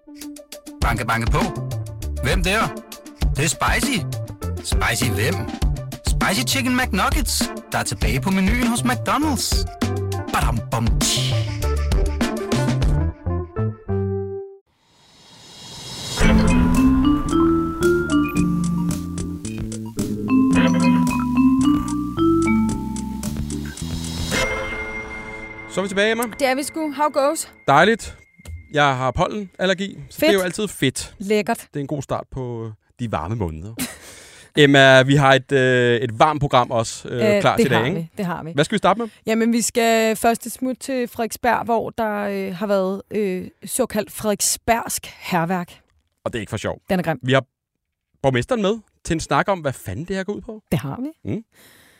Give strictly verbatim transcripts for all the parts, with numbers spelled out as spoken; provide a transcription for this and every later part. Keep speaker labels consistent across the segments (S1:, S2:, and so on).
S1: Banke, banke på. Hvem der? Det, det er spicy. Spicy hvem? Spicy Chicken McNuggets, der er tilbage på menuen hos McDonald's. Badum, bom, tji.
S2: Så er vi tilbage, Emma.
S3: Det er vi sgu. How goes?
S2: Dejligt. Jeg har pollenallergi, så
S3: fedt.
S2: det er jo altid fedt.
S3: Lækkert.
S2: Det er en god start på de varme måneder. Emma, vi har et, øh, et varmt program også øh, øh, klar til i dag, ikke?
S3: Vi. Det har vi.
S2: Hvad skal vi starte med?
S3: Jamen, vi skal først et smut til Frederiksberg, hvor der øh, har været øh, såkaldt Frederiksbergsk hærværk.
S2: Og det er ikke for sjov.
S3: Den er grim.
S2: Vi har borgmesteren med til en snak om, hvad fanden det her går ud på.
S3: Det har vi.
S2: Mm.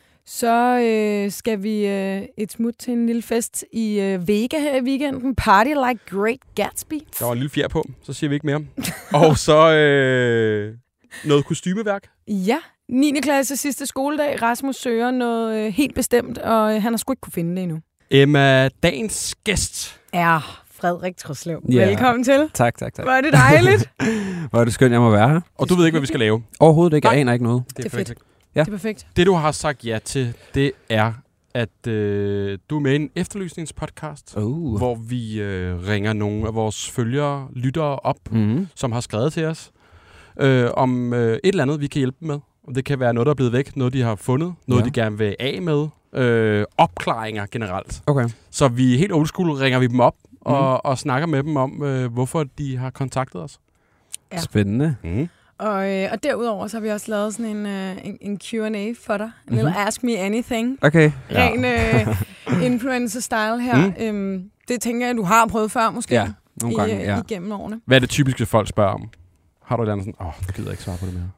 S3: Så øh, skal vi øh, et smut til en lille fest i øh, Vega her i weekenden. Party like Great Gatsby.
S2: Der var en lille fjer på, så siger vi ikke mere. Og så øh, noget kostymeværk.
S3: Ja, niende klasse sidste skoledag. Rasmus søger noget øh, helt bestemt, og øh, han har sgu ikke kunne finde det endnu.
S2: Emma, dagens gæst
S3: er Frederik Troslev.
S4: Yeah.
S3: Velkommen til.
S4: Tak, tak, tak.
S3: Hvor er det dejligt.
S4: Hvor er det skønt, jeg må være her.
S2: Og du ved ikke, hvad vi skal lave?
S4: Overhovedet ikke. Jeg
S2: Nej.
S4: aner ikke noget.
S3: Det er, det er fedt.
S4: Ja.
S3: Det er perfekt.
S2: Det, du har sagt ja til, det er, at øh, du er med i en efterlysningspodcast,
S4: Uh.
S2: hvor vi øh, ringer nogle af vores følgere, lyttere op,
S4: Mm.
S2: som har skrevet til os, øh, om øh, et eller andet, vi kan hjælpe dem med. Det kan være noget, der er blevet væk, noget, de har fundet, noget,
S4: Ja.
S2: de gerne vil af med, øh, opklaringer generelt.
S4: Okay.
S2: Så vi helt old school ringer vi dem op
S4: Mhm.
S2: og, og snakker med dem om, øh, hvorfor de har kontaktet os.
S3: Ja.
S4: Spændende.
S2: Mm.
S3: Og, øh, og derudover så har vi også lavet sådan en, øh, en, en Q and A for dig. En lille Ask Me Anything.
S4: Okay.
S3: Ren øh, influencer-style her.
S2: Mm.
S3: Øhm, det tænker jeg, du har prøvet før måske.
S4: Ja, nogle gange,
S3: i,
S4: ja.
S3: igennem årene.
S2: Hvad er det typiske, folk spørger om? Har du et andet sådan, åh, oh, du gider ikke svare på det mere.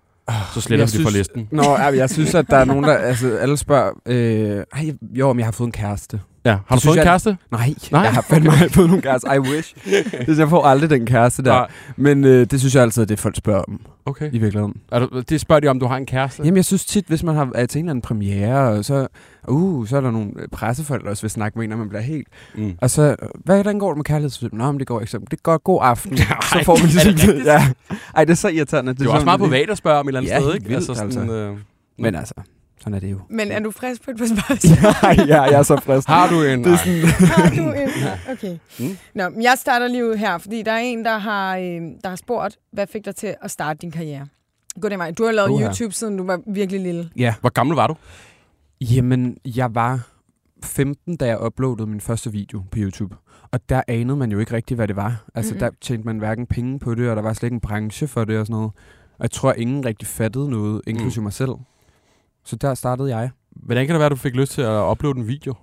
S2: Så sletter
S4: Jeg
S2: vi det fra
S4: synes-
S2: listen.
S4: Nå, jeg, jeg synes, at der er nogen, der... Altså, alle spørger... Øh, ej, jo, om jeg har fået en kæreste.
S2: Ja, har du
S4: synes
S2: fået en
S4: jeg-
S2: kæreste?
S4: Nej,
S2: Nej?
S4: jeg har fandme ikke fået nogen kæreste. I wish. Det, jeg får aldrig den kæreste der.
S2: Nej.
S4: Men øh, det synes jeg altid, at det folk spørger om.
S2: Okay.
S4: I virkeligheden.
S2: Er du, det spørger de om, du har en kæreste?
S4: Jamen, jeg synes tit, hvis man har er til en eller anden premiere, og så, uh, så er der nogle pressefolk, der også vil snakke med en, når man bliver helt.
S2: Mm.
S4: Og så, hvordan går det med kærlighedsfilm? Nå, men det går ikke så. Det går god aften.
S2: Nej,
S4: så får man
S2: er det
S4: ligesom...
S2: rigtigt?
S4: Ja. Ej, det er så irriterende.
S2: Det er jo også meget privat at spørge om et eller andet
S4: Ja,
S2: sted,
S4: helt
S2: ikke?
S4: vildt,
S2: sådan,
S4: altså.
S2: øh,
S4: Men altså, sådan er det jo.
S3: Men er du frisk på et par spørgsmål?
S4: ja, ja, jeg er så frisk.
S2: har du en?
S4: Det er sådan...
S3: Har du en? Okay.
S2: Mm.
S3: Nå, men jeg starter lige her, fordi der er en, der har, øh, der har spurgt, hvad fik dig til at starte din karriere? Gå det vej. Du har lavet
S4: Uha.
S3: YouTube, siden du var virkelig lille.
S4: Ja.
S2: Hvor gammel var du?
S4: Jamen, jeg var femten, da jeg uploadede min første video på YouTube. Og der anede man jo ikke rigtigt, hvad det var. Altså,
S3: Mhm.
S4: der tjente man hverken penge på det, og der var slet ikke en branche for det og sådan noget. Og jeg tror, ingen rigtig fattede noget, inklusive mm. mig selv. Så der startede jeg.
S2: Hvordan kan det være, at du fik lyst til at uploade en video?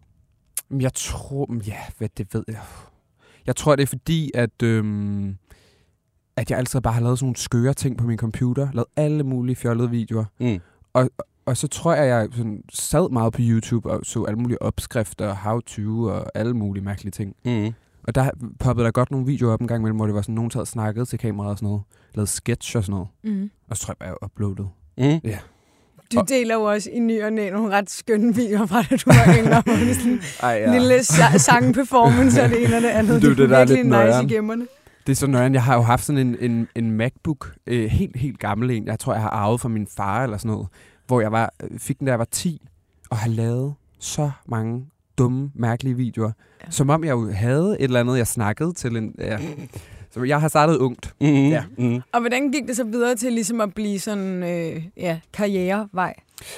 S4: Men jeg tror... Ja, hvad det ved jeg. Jeg tror, det er fordi, at... Øhm, at jeg altid bare har lavet sådan nogle skøre ting på min computer. Lavet alle mulige fjollede videoer.
S2: Mm.
S4: Og, og så tror jeg, jeg sådan sad meget på YouTube og så alle mulige opskrifter, how-to og alle mulige mærkelige ting.
S2: Mm.
S4: Og der poppede der godt nogle videoer op en gang imellem, hvor det var sådan, nogen, der havde snakket til kameraet og sådan noget. Lavet sketch og sådan noget.
S3: Mm.
S4: Og så tror jeg bare, jeg uploadede.
S2: Mm.
S4: Ja.
S3: Du deler jo også i ny og næ nogle ret skønne videoer fra, da du var yngre. Hvor det er sådan
S4: Ej,
S3: en lille sa- sang-performance og det ene og det andet.
S4: Det er jo det, der er
S3: virkelig
S4: lidt
S3: nice
S4: nøjeren.
S3: i gemmerne.
S4: Det er så nøjeren. Jeg har jo haft sådan en, en, en MacBook, øh, helt, helt gammel en. Jeg tror, jeg har arvet fra min far eller sådan noget. Hvor jeg var, fik den, da jeg var ti, og har lavet så mange dumme, mærkelige videoer. Ja. Som om jeg jo havde et eller andet, jeg snakkede til en... Ja. Så jeg har startet ungt.
S2: Mm.
S4: Ja.
S2: Mm.
S3: Og hvordan gik det så videre til ligesom at blive sådan øh, ja, karrierevej?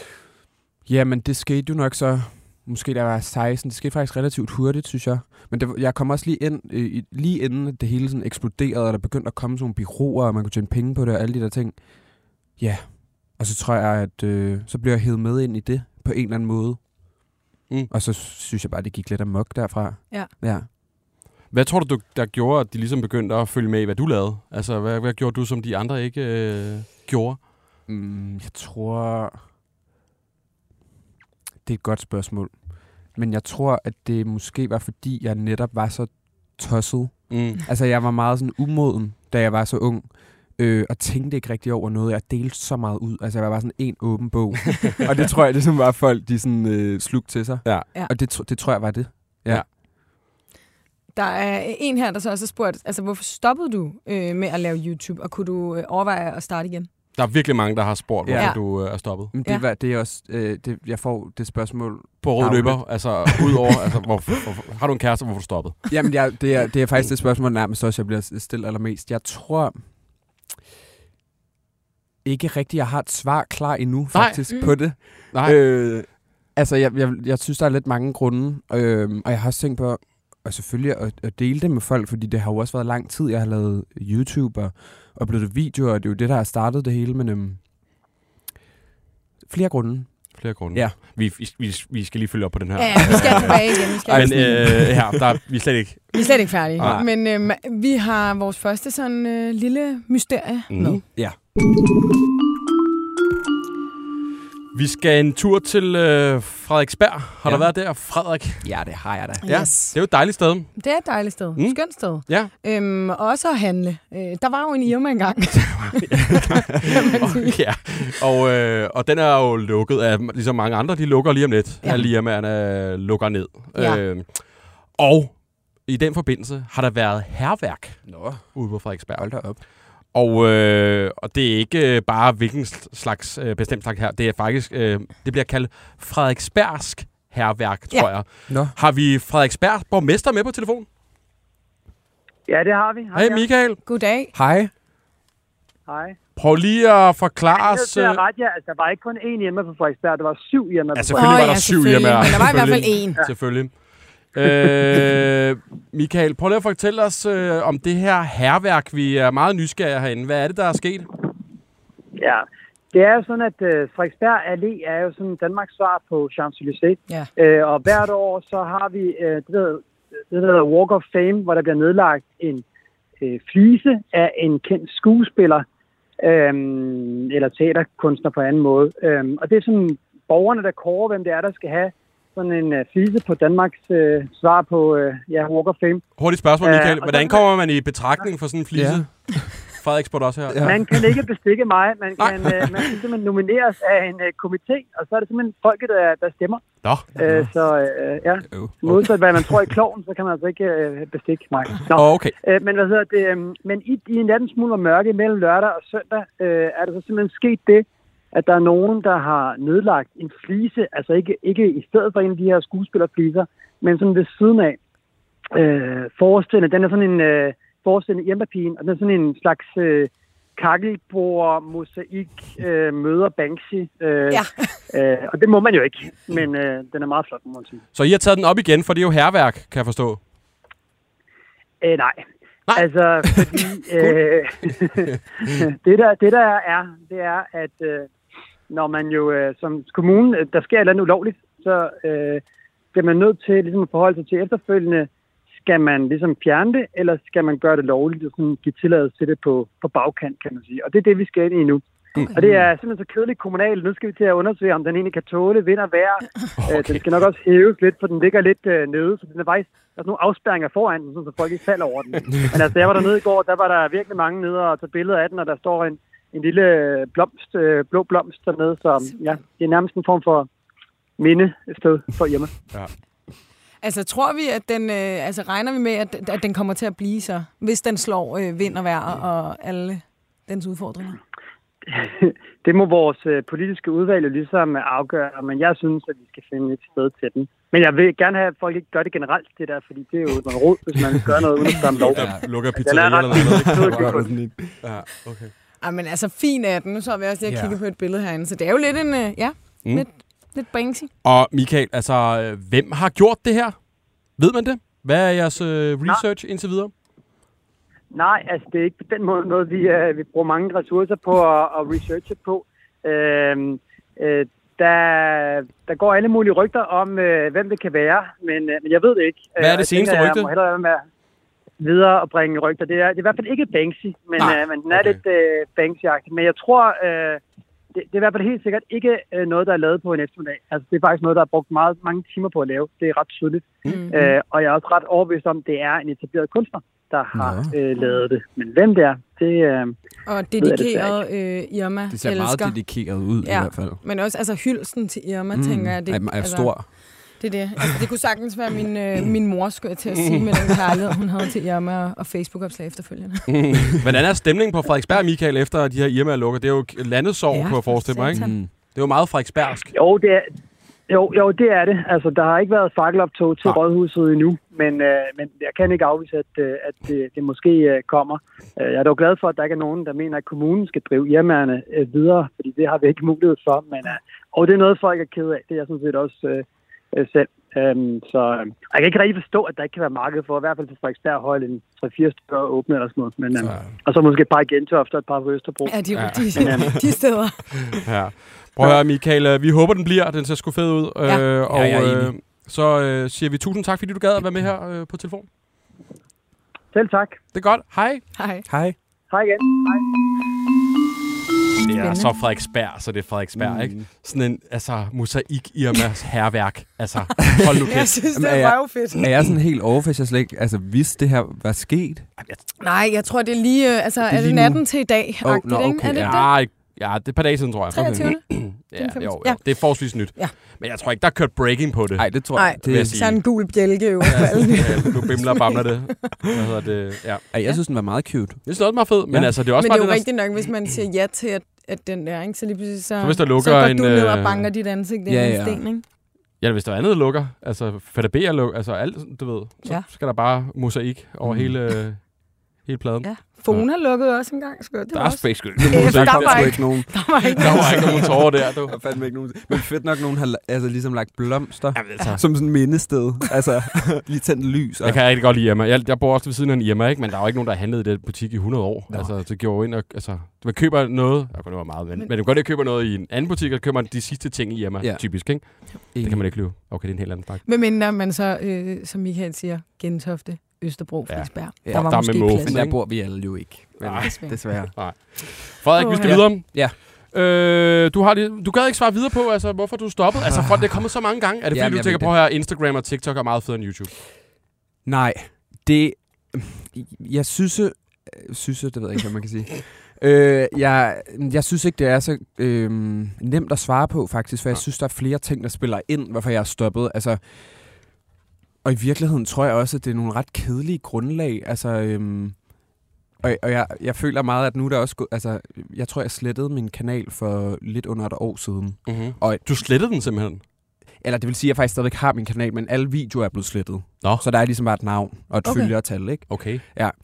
S4: Jamen, det skete jo nok så... Måske da jeg var seksten. Det skete faktisk relativt hurtigt, synes jeg. Men det, jeg kom også lige ind, øh, lige inden det hele sådan eksploderede, og der begyndte at komme sådan nogle bureauer, og man kunne tjene penge på det og alle de der ting. Ja. Og så tror jeg, at øh, så blev jeg hævet med ind i det på en eller anden måde.
S2: Mm.
S4: Og så synes jeg bare, det gik lidt amok derfra.
S3: Ja.
S4: Ja.
S2: Hvad tror du, der gjorde, at de ligesom begyndte at følge med i, hvad du lavede? Altså, hvad, hvad gjorde du, som de andre ikke øh, gjorde?
S4: Mm, jeg tror... Det er et godt spørgsmål. Men jeg tror, at det måske var, fordi jeg netop var så tosset.
S2: Mm.
S4: Altså, jeg var meget sådan umoden, da jeg var så ung. Øh, og tænkte ikke rigtig over noget. Jeg delte så meget ud. Altså, jeg var bare sådan en åben bog. Og det tror jeg, det som var folk, de sådan øh, slugte til sig.
S2: Ja.
S3: Ja.
S4: Og det, det tror jeg var det. Ja.
S2: Ja.
S3: Der er en her, der så også har spurgt, altså hvorfor stoppede du øh, med at lave YouTube, og kunne du øh, overveje at starte igen?
S2: Der er virkelig mange, der har spurgt, hvorfor
S3: Ja.
S2: du øh, er stoppet.
S4: Men det, ja. det er også, øh, det, jeg får det spørgsmål.
S2: På rød løber, altså udover, altså, hvor, hvor, har du en kæreste, hvorfor du stoppet?
S4: Jamen, jeg, det, er, det er faktisk det spørgsmål nærmest også, jeg bliver stillet allermest. Jeg tror ikke rigtigt, jeg har et svar klar endnu, faktisk,
S3: Nej.
S4: på det.
S2: Nej.
S4: Øh, altså, jeg, jeg, jeg synes, der er lidt mange grunde, øh, og jeg har også tænkt på, og selvfølgelig at, at dele det med folk, fordi det har jo også været lang tid, jeg har lavet YouTube og uploadet videoer, og det er jo det, der har startet det hele, men øhm, flere grunde.
S2: Flere grunde.
S4: Ja.
S2: Vi, vi, vi skal lige følge op på den her.
S3: Ja, vi skal tilbage igen. Vi, skal
S2: Men øh, her, der er vi er slet ikke...
S3: vi er slet ikke færdige.
S2: Nej.
S3: Men øh, vi har vores første sådan øh, lille mysterie
S2: Mm.
S3: med.
S4: Ja.
S2: Vi skal en tur til øh, Frederiksberg. Har
S4: Ja.
S2: der været der, Frederik?
S4: Ja, det har jeg da.
S2: Ja,
S3: Yes.
S2: det er jo et dejligt sted.
S3: Det er et dejligt sted.
S2: Mm.
S3: Skønt sted.
S2: Ja.
S3: Øhm, også at handle. Øh, der var jo en Irma engang. kan man sige.
S2: ja. Og, øh, og den er jo lukket af, ligesom mange andre, de lukker lige om lidt.
S3: Ja.
S2: Alle Irmaerne lukker ned.
S3: Ja.
S2: Øh, og i den forbindelse har der været hærværk
S4: Nå,
S2: ude på Frederiksberg.
S4: hold da op.
S2: Og, øh, og det er ikke bare hvilken slags øh, bestemt slags her. Det er faktisk, øh, det bliver kaldt Frederiksbergsk hærværk, tror
S3: Ja.
S2: jeg.
S4: Nå.
S2: Har vi Frederiksberg borgmester med på telefon?
S5: Ja, det har vi.
S2: Hej Michael.
S3: Goddag.
S4: Hej.
S5: Hej.
S2: Prøv lige at forklare
S5: Jeg
S2: os...
S5: til at rette jer. Altså, der var ikke kun én hjemme på Frederiksberg, der var syv hjemme på
S2: Ja,
S5: Frederiksberg.
S2: selvfølgelig var
S3: Åh,
S2: der
S3: ja,
S2: syv
S3: selvfølgelig.
S2: hjemme.
S3: Men der var i hvert fald en.
S2: Ja. Selvfølgelig. øh, Michael, prøv lige at fortælle os øh, om det her hærværk. Vi er meget nysgerrige herinde. Hvad er det, der er sket?
S5: Ja, det er jo sådan, at uh, Frederiksberg Allé er jo sådan Danmarks svar på Champs-Élysées.
S3: Ja.
S5: Uh, og hvert år så har vi uh, det, der, det, der hedder Walk of Fame, hvor der bliver nedlagt en uh, flise af en kendt skuespiller um, eller teaterkunstner på anden måde. Um, og det er sådan borgerne, der kårer, hvem det er, der skal have sådan en uh, flise på Danmarks uh, svar på uh, ja, Walk of Fame.
S2: Hurtigt spørgsmål,
S5: Øh,
S2: Michael.
S5: og
S2: Hvordan
S5: så-
S2: kommer man i betragtning for sådan en flise?
S4: Ja.
S2: Frederik spurgte også her.
S4: Ja.
S5: Man kan ikke bestikke mig. Man kan, øh, man kan simpelthen nomineres af en øh, komité, og så er det simpelthen folket, der, der stemmer.
S2: Nå.
S5: Øh, så øh, ja,
S4: Oh.
S5: modsat hvad man tror i kloven, så kan man altså ikke øh, bestikke mig. Nå.
S2: Oh, okay.
S5: Øh, men hvad hedder det? Øh, men i, i en natten smule mørke mellem lørdag og søndag, øh, er der så simpelthen sket det, at der er nogen, der har nedlagt en flise, altså ikke, ikke i stedet for en af de her skuespillerfliser, men sådan ved siden af. Øh, forestillende, den er sådan en øh, forestillende Irma-pigen, og den er sådan en slags øh, kakkelbord, mosaik, øh, møder Banksy. Øh,
S3: Ja.
S5: øh, og det må man jo ikke, men øh, den er meget flot, må man sige.
S2: Så I har taget den op igen, for det er jo hærværk, kan jeg forstå.
S5: Øh, nej.
S2: Nej.
S5: Altså, fordi øh, det, der, det der er, det er, at øh, når man jo øh, som kommune, der sker et eller andet ulovligt, så øh, bliver man nødt til ligesom, at forholde sig til efterfølgende, skal man ligesom fjerne det, eller skal man gøre det lovligt og sådan give tilladelse til det på, på bagkant, kan man sige. Og det er det, vi skal ind i nu. Okay. Og det er simpelthen så kedeligt kommunalt. Nu skal vi til at undersøge, om den egentlig kan tåle vind og vejr. Okay. Øh, den skal nok også hæves lidt, for den ligger lidt øh, nede, så den er faktisk, der er sådan nogle afspærringer foran den, så folk ikke falder over den. Men altså, jeg var dernede i går, der var der virkelig mange nede og tage billeder af den, og der står en, en lille blomst, øh, blå blomst dernede, så ja, det er nærmest en form for mindested for Irma.
S2: Ja.
S3: Altså, tror vi, at den, øh, altså regner vi med, at, at den kommer til at blive så, hvis den slår øh, vind og vejr og alle dens udfordringer?
S5: Det må vores øh, politiske udvalg jo ligesom afgøre, men jeg synes, at vi skal finde et sted til den. Men jeg vil gerne have, at folk ikke gør det generelt, det der, fordi det er jo noget rod, hvis man gør noget uden at stamme lov.
S2: Ja, lukker
S5: Den er
S2: pizzeria eller
S5: ret
S2: noget.
S5: fin.
S2: Ikke? Ja, okay.
S3: Ej, men altså, fin er den. Nu så har vi også lige at
S4: Ja.
S3: kigge på et billede herinde, så det er jo lidt en, øh, ja,
S2: Mm.
S3: mm. lidt, lidt Banksy.
S2: Og Michael, altså, øh, hvem har gjort det her? Ved man det? Hvad er jeres øh, research indtil videre?
S5: Nej, altså det er ikke på den måde noget, vi, øh, vi bruger mange ressourcer på at, at researche på. Øhm, øh, der, der går alle mulige rygter om, øh, hvem det kan være, men, øh, men jeg ved det ikke.
S2: Hvad er det
S5: Jeg
S2: seneste
S5: tænker,
S2: rygte?
S5: Jeg må hellere være med videre og bringe rygter. Det er, det er i hvert fald ikke Banksy, men,
S2: Nej,
S5: øh, men den er
S2: okay.
S5: lidt øh, Banksy-agtig. Men jeg tror, øh, det, det er i hvert fald helt sikkert ikke øh, noget, der er lavet på en eftermiddag. Altså det er faktisk noget, der er brugt meget mange timer på at lave. Det er ret tydeligt.
S3: Mm.
S5: Øh, og jeg er også ret overbevist om, at det er en etableret kunstner, der har øh, lavet det. Men hvem det er, det øh,
S3: Og dedikeret øh, Irma
S4: Det ser
S3: elsker.
S4: meget dedikeret ud
S3: Ja.
S4: i hvert fald.
S3: Men også altså hyldelsen til Irma, mm. tænker jeg.
S4: Det er, er
S3: altså,
S4: stor.
S3: Det er det. Altså, det kunne sagtens være min, øh, min mor, skulle jeg til at sige, med den kærlighed, hun havde til Irma og Facebook-opslag efterfølgende.
S2: Mm. Hvordan er stemningen på Frederiksberg, Michael, efter de her Irma lukker? Det er jo landets sorg,
S3: Ja,
S2: kunne jeg forestille mig, ikke?
S3: satan.
S2: Det er jo meget frederiksbergsk.
S5: Jo, det er, jo, jo, det er det. Altså, der har ikke været fakkeloptog til
S2: Nej.
S5: Rådhuset endnu, men, øh, men jeg kan ikke afvise, at, øh, at det, det måske øh, kommer. Øh, jeg er dog glad for, at der ikke er nogen, der mener, at kommunen skal drive Irmaerne øh, videre, fordi det har vi ikke mulighed for. Men, øh, og det er noget, folk er ked af. Det er jeg sådan set også øh, øh, selv. Um, så øh, jeg kan ikke rigtig forstå, at der ikke kan være marked for, i hvert fald på Frederiksberg Højle, en tre fire stykker åbne eller sådan noget. Men, øh, og så måske et par i Gentofte og et par på Østerbro.
S3: Ja, de,
S2: Ja.
S3: de, de, de steder.
S2: Ja. Prøv at høre, Michael, vi håber, den bliver. Den ser sgu fed ud.
S3: Ja.
S2: Øh, og
S4: Ja, jeg er
S2: øh,
S4: enig.
S2: så øh, siger vi tusind tak, fordi du gad at være med her øh, på telefon.
S5: Selv tak.
S2: Det er godt. Hej.
S3: Hej.
S4: Hej.
S5: Hej igen. Hej.
S2: Det er
S3: Spændende.
S2: så Frederiksberg, så det er Frederiksberg,
S4: Mm.
S2: ikke? Sådan en, altså, mosaik Irmas herværk. Altså, hold nu
S3: Jeg
S2: kæft.
S3: synes,
S4: Jamen,
S3: det
S4: er
S3: er
S4: jeg-
S3: røvfedt.
S4: Er jeg sådan helt over, hvis jeg slet ikke altså, vidste, det her var sket?
S3: Nej, jeg tror, det er lige, øh, altså, er,
S4: lige
S3: det
S4: nu.
S3: natten til i dag?
S4: Åh,
S3: agtigt,
S4: nå,
S3: ikke?
S4: okay,
S3: Er det
S4: ja.
S3: ikke det?
S2: Ja, ikke- ja, det er et par dage siden, tror jeg.
S3: treogtyvende
S2: Ja, jo,
S3: Ja.
S2: jo. Det er forholdsvis nyt.
S3: Ja.
S2: Men jeg tror ikke, der er kørt breaking på det.
S4: Nej, det tror
S3: Nej,
S4: jeg.
S2: vil jeg
S4: Det,
S2: sige.
S3: Så er en gul bjælke jo. Ja.
S2: Ja, nu bimler og bamler det. Hvad hedder det? Ja.
S4: ej, jeg synes, den var meget cute.
S2: Det er også meget fedt, men
S4: Ja.
S2: altså, det er også
S3: Men det er
S2: bare
S3: jo
S2: den
S3: rigtigt nok, hvis man siger ja til, at, at den der, ikke? Så lige pludselig så,
S2: Så hvis der lukker
S3: så går
S2: en,
S3: du ned og
S2: øh,
S3: banker dit ansigt ind
S4: ja,
S3: i
S4: ja.
S3: en sten, ikke?
S2: Ja, hvis der er andet, der lukker, altså Fadaber lukker, altså alt, du ved, så
S3: Ja.
S2: skal der bare mosaik over
S4: Mm.
S2: hele, øh, hele pladen.
S3: Ja. Fona lukkede også en gang, sgu. Det
S2: Der
S3: var
S2: er
S3: også,
S2: space skyld.
S3: Ja,
S4: Der
S3: der
S4: kom
S3: var
S4: sgu
S3: ikke-
S4: ikke nogen.
S3: der var ikke
S2: Der var ikke nogen tårer der, du.
S4: Der var fandme ikke nogen. Men fedt nok, nogen har la- altså, ligesom lagt blomster
S2: Jamen, altså,
S4: som sådan en mindested. Altså, lige tændt lys. Og,
S2: jeg kan rigtig godt lide Irma. Jeg, jeg bor også ved siden af en Irma, ikke? Men der er jo ikke nogen, der har handlet i den butik i hundrede år.
S4: Nå.
S2: Altså, det går ind og... Altså, man køber noget... Jeg det var meget, men, men, men du kan godt køber noget i en anden butik, og køber man de sidste ting i Irma,
S4: Ja.
S2: typisk, ikke? Det kan man ikke løbe. Okay, det er en helt anden snak.
S3: Med mindre man så, øh, som Michael siger, Gentofte, Østerbro,
S2: Ja.
S3: Frederiksberg.
S4: Ja,
S3: Der var
S2: der er
S3: måske
S2: med mål.
S3: plads.
S4: Men der bor vi alle jo ikke. Men,
S2: Nej.
S4: desværre.
S2: Frederik, vi skal
S3: Åh, ja.
S2: videre.
S4: Ja.
S2: Øh, du, har det, du gad ikke svare videre på, altså, hvorfor du stoppede. Altså, folk, det er kommet så mange gange. Er det fordi,
S4: Jamen,
S2: du
S4: jeg
S2: tænker
S4: ved
S2: på at høre, Instagram og TikTok er meget federe end YouTube?
S4: Nej, det... Jeg synes... øh, Synes, det ved jeg ikke, hvad man kan sige. Øh, jeg, jeg synes ikke, det er så øh, nemt at svare på, faktisk, for jeg
S2: Nej.
S4: synes, der er flere ting, der spiller ind, hvorfor jeg er stoppet. Altså, og i virkeligheden tror jeg også, at det er nogle ret kedelige grundlag. Altså, øh, og, og jeg, jeg føler meget, at nu er der også... gå- Altså, jeg tror, jeg slettede min kanal for lidt under et år siden.
S2: Mm-hmm.
S4: Og,
S2: Du slettede den simpelthen?
S4: eller det vil sige, at jeg faktisk stadigvæk har min kanal, men alle videoer er blevet slettet.
S2: Nå.
S4: Så der er ligesom bare et navn og et
S3: Okay.
S4: okay. følgertal, ikke?
S2: Okay.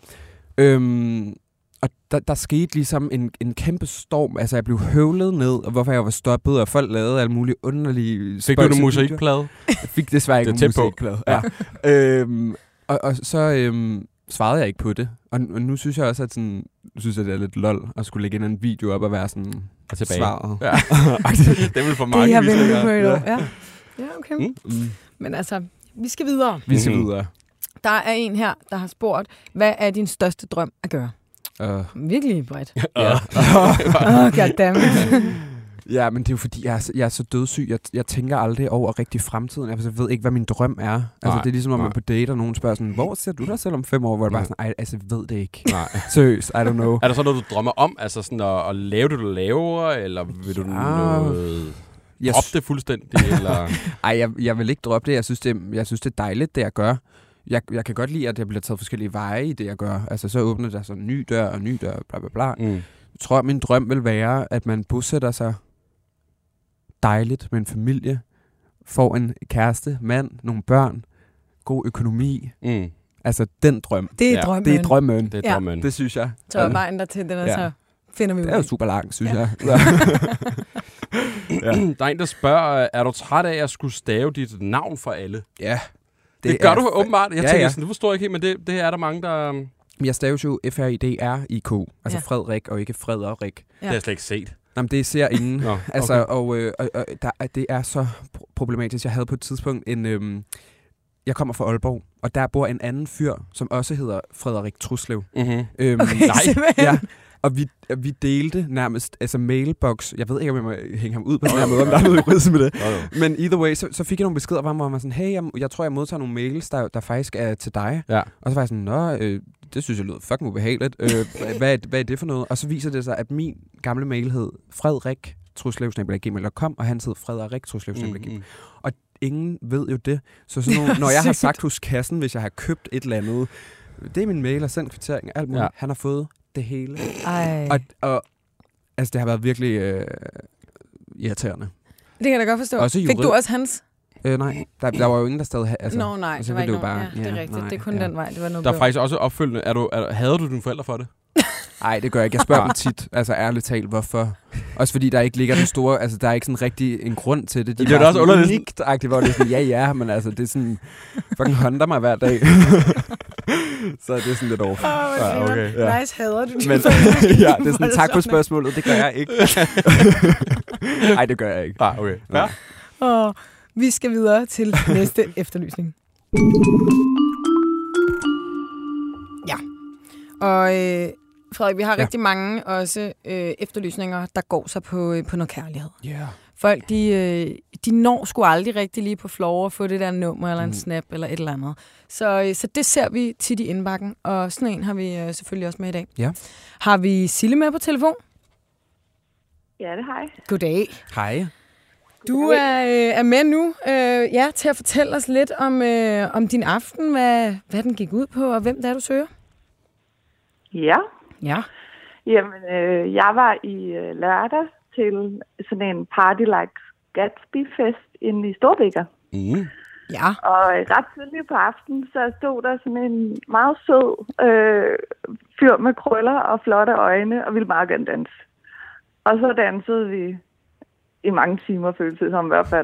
S4: Øhm, og der, der skete ligesom en, en kæmpe storm. Altså, jeg blev høvlet ned, og hvorfor jeg var stoppet, og folk lavede alle mulige underlige...
S2: Fik du en
S4: spøjse
S2: mosaikplade?
S4: videoer. Jeg fik desværre ikke
S2: Det er
S4: en
S2: tæt på.
S4: musikplade. Ja. øhm, og, og så øhm, svarede jeg ikke på det. Og, og nu synes jeg også, at sådan, nu synes jeg, det er lidt lol at skulle lægge en anden video op og være sådan
S2: Og tilbage.
S4: svaret.
S2: Ja. det vil for
S3: Det
S2: mange
S3: har jeg ventet
S2: visninger.
S3: på i et år. Ja. Ja, okay.
S2: Mm.
S4: Mm.
S3: Men altså, vi skal videre.
S4: Vi skal
S2: Mhm.
S4: videre.
S3: Der er en her, der har spurgt, hvad er din største drøm at gøre?
S4: Uh,
S3: Virkelig bredt.
S2: Ja.
S3: Åh, oh, goddammit.
S4: ja, men det er jo fordi, jeg er, så- jeg er så dødssyg. Jeg, jeg tænker aldrig over rigtig fremtiden. Jeg ved ikke, hvad min drøm er. Altså,
S2: Nej,
S4: det er ligesom, når man
S2: nej.
S4: er på date, og nogen spørger sådan, hvor ser du dig selv om fem år? Hvor jeg bare
S2: Nej.
S4: sådan, ej, altså, jeg ved det ikke.
S2: Nej.
S4: Seriøst, I don't know.
S2: Er der så noget, du drømmer om? Altså sådan at, at lave det, du laver? Eller vil du
S4: Ja.
S2: noget...
S4: Jeg,
S2: Droppe det fuldstændig? Eller...
S4: ej, jeg, jeg vil ikke droppe det. Jeg synes, det, jeg synes, det er dejligt, det jeg gør. Jeg, jeg kan godt lide, at jeg bliver taget forskellige veje i det, jeg gør. Altså, så åbner der sådan en ny dør og ny dør, bla bla bla.
S2: Mm.
S4: Jeg tror, min drøm vil være, at man bosætter sig dejligt med en familie, får en kæreste, mand, nogle børn, god økonomi.
S2: Mm.
S4: Altså, den drøm.
S3: Det er
S2: Ja,
S3: drømmen.
S4: Det er drømmen.
S2: Det er
S3: Ja.
S2: drømmen.
S4: Det synes jeg.
S3: Så er vejen dertil, den er
S4: Ja.
S3: så finder vi ud
S4: Det er jo
S3: af.
S4: super langt, synes
S3: Ja.
S4: jeg.
S2: Ja. Der er en, der spørger, er du træt af at skulle stave dit navn for alle?
S4: Ja.
S2: Det, det gør
S4: er
S2: du
S4: fa-
S2: åbenbart. Jeg
S4: Ja,
S2: tænker
S4: ja.
S2: sådan, det forstår jeg ikke helt, men det, det er der mange, der...
S4: Jeg staves jo F R I D R I K. Altså
S3: Ja.
S4: Frederik og ikke Frederik.
S2: Det har jeg slet ikke set.
S4: Jamen, det ser ingen.
S2: Nå,
S4: Altså,
S2: okay.
S4: og, øh, og, og der, er- det er så pro- problematisk. Jeg havde på et tidspunkt en... Øhm, jeg kommer fra Aalborg, og der bor en anden fyr, som også hedder Frederik Truslev.
S2: Mm-hmm.
S4: Øhm,
S3: Okay,
S2: Nej.
S3: simpelthen.
S4: Ja, og vi, vi delte nærmest, altså mailbox, jeg ved ikke, om jeg må hænge ham ud på den her måde, om der er noget juridisk med det.
S2: Jo, jo.
S4: Men either way, så, så fik jeg nogle beskeder fra ham, hvor man var sådan, hey, jeg, jeg tror, jeg modtager nogle mails, der, der faktisk er til dig.
S2: Ja.
S4: Og så var jeg sådan, nå, øh, det synes jeg lyder fucking ubehageligt. Øh, hvad, er, hvad er det for noget? Og så viser det sig, at min gamle mail hed Frederik truslevsnabel punktum gmail punktum com, og hans hed Frederik truslevsnabel punktum gmail punktum com.
S2: Mm-hmm.
S4: Og ingen ved jo det. Så sådan nogle, når jeg har sagt hos kassen, hvis jeg har købt et eller andet, det er min mail og sendt kvittering, alt muligt. Ja. Han har fået det hele.
S3: Ej.
S4: Og, og altså, det har været virkelig øh, irriterende.
S3: Det kan jeg da godt forstå.
S4: Også
S3: Fik du også hans?
S4: Øh, nej, der, der var jo ingen, der stadig... Altså,
S3: Nå, nej, det var ikke nogen. Ja, det er rigtigt. Nej, det er kun ja. den vej. Det var noget
S2: der er faktisk også opfølgende. Er du, er, havde du dine forældre for det?
S4: Nej, det gør jeg ikke. Jeg spørger dem tit, altså ærligt talt, hvorfor. Også fordi der ikke ligger den store... Altså, der er ikke sådan rigtig en grund til det. De
S2: det er også underligt.
S4: Unikt-agtigt, hvor det er sådan, ja, ja, men altså, det er sådan... Fucking håndter mig hver dag. Så det er sådan lidt off.
S3: Åh,
S2: ja, okay.
S3: Ja. Nice, hader du.
S4: Men, ja, det er sådan, tak for spørgsmålet. Det gør jeg ikke. Nej, det gør jeg ikke.
S2: Ah, okay. Ja.
S3: Og vi skal videre til næste efterlysning. Ja. Og øh, Frederik, vi har ja. rigtig mange også øh, efterlysninger, der går sig på, øh, på noget kærlighed.
S4: Yeah.
S3: Folk, de, øh, de når sgu aldrig rigtig lige på floor og få det der nummer eller en mm. snap eller et eller andet. Så, øh, så det ser vi tit i indbakken, og sådan en har vi øh, selvfølgelig også med i dag.
S4: Ja.
S3: Har vi Sille med på telefon?
S6: Ja, det har jeg.
S3: Goddag.
S4: Hej.
S3: Du er, øh, er med nu øh, ja, til at fortælle os lidt om, øh, om din aften, hvad, hvad den gik ud på, og hvem det er, du søger.
S6: Ja.
S3: Ja.
S6: Jamen, øh, jeg var i øh, lørdag til sådan en Party Like Gatsby-fest inde i Storbækker.
S2: Mm.
S3: Ja.
S6: Og øh, ret tidligt på aftenen, så stod der sådan en meget sød øh, fyr med krøller og flotte øjne, og ville meget gerne danse. Og så dansede vi i mange timer, føltes det som i hvert fald.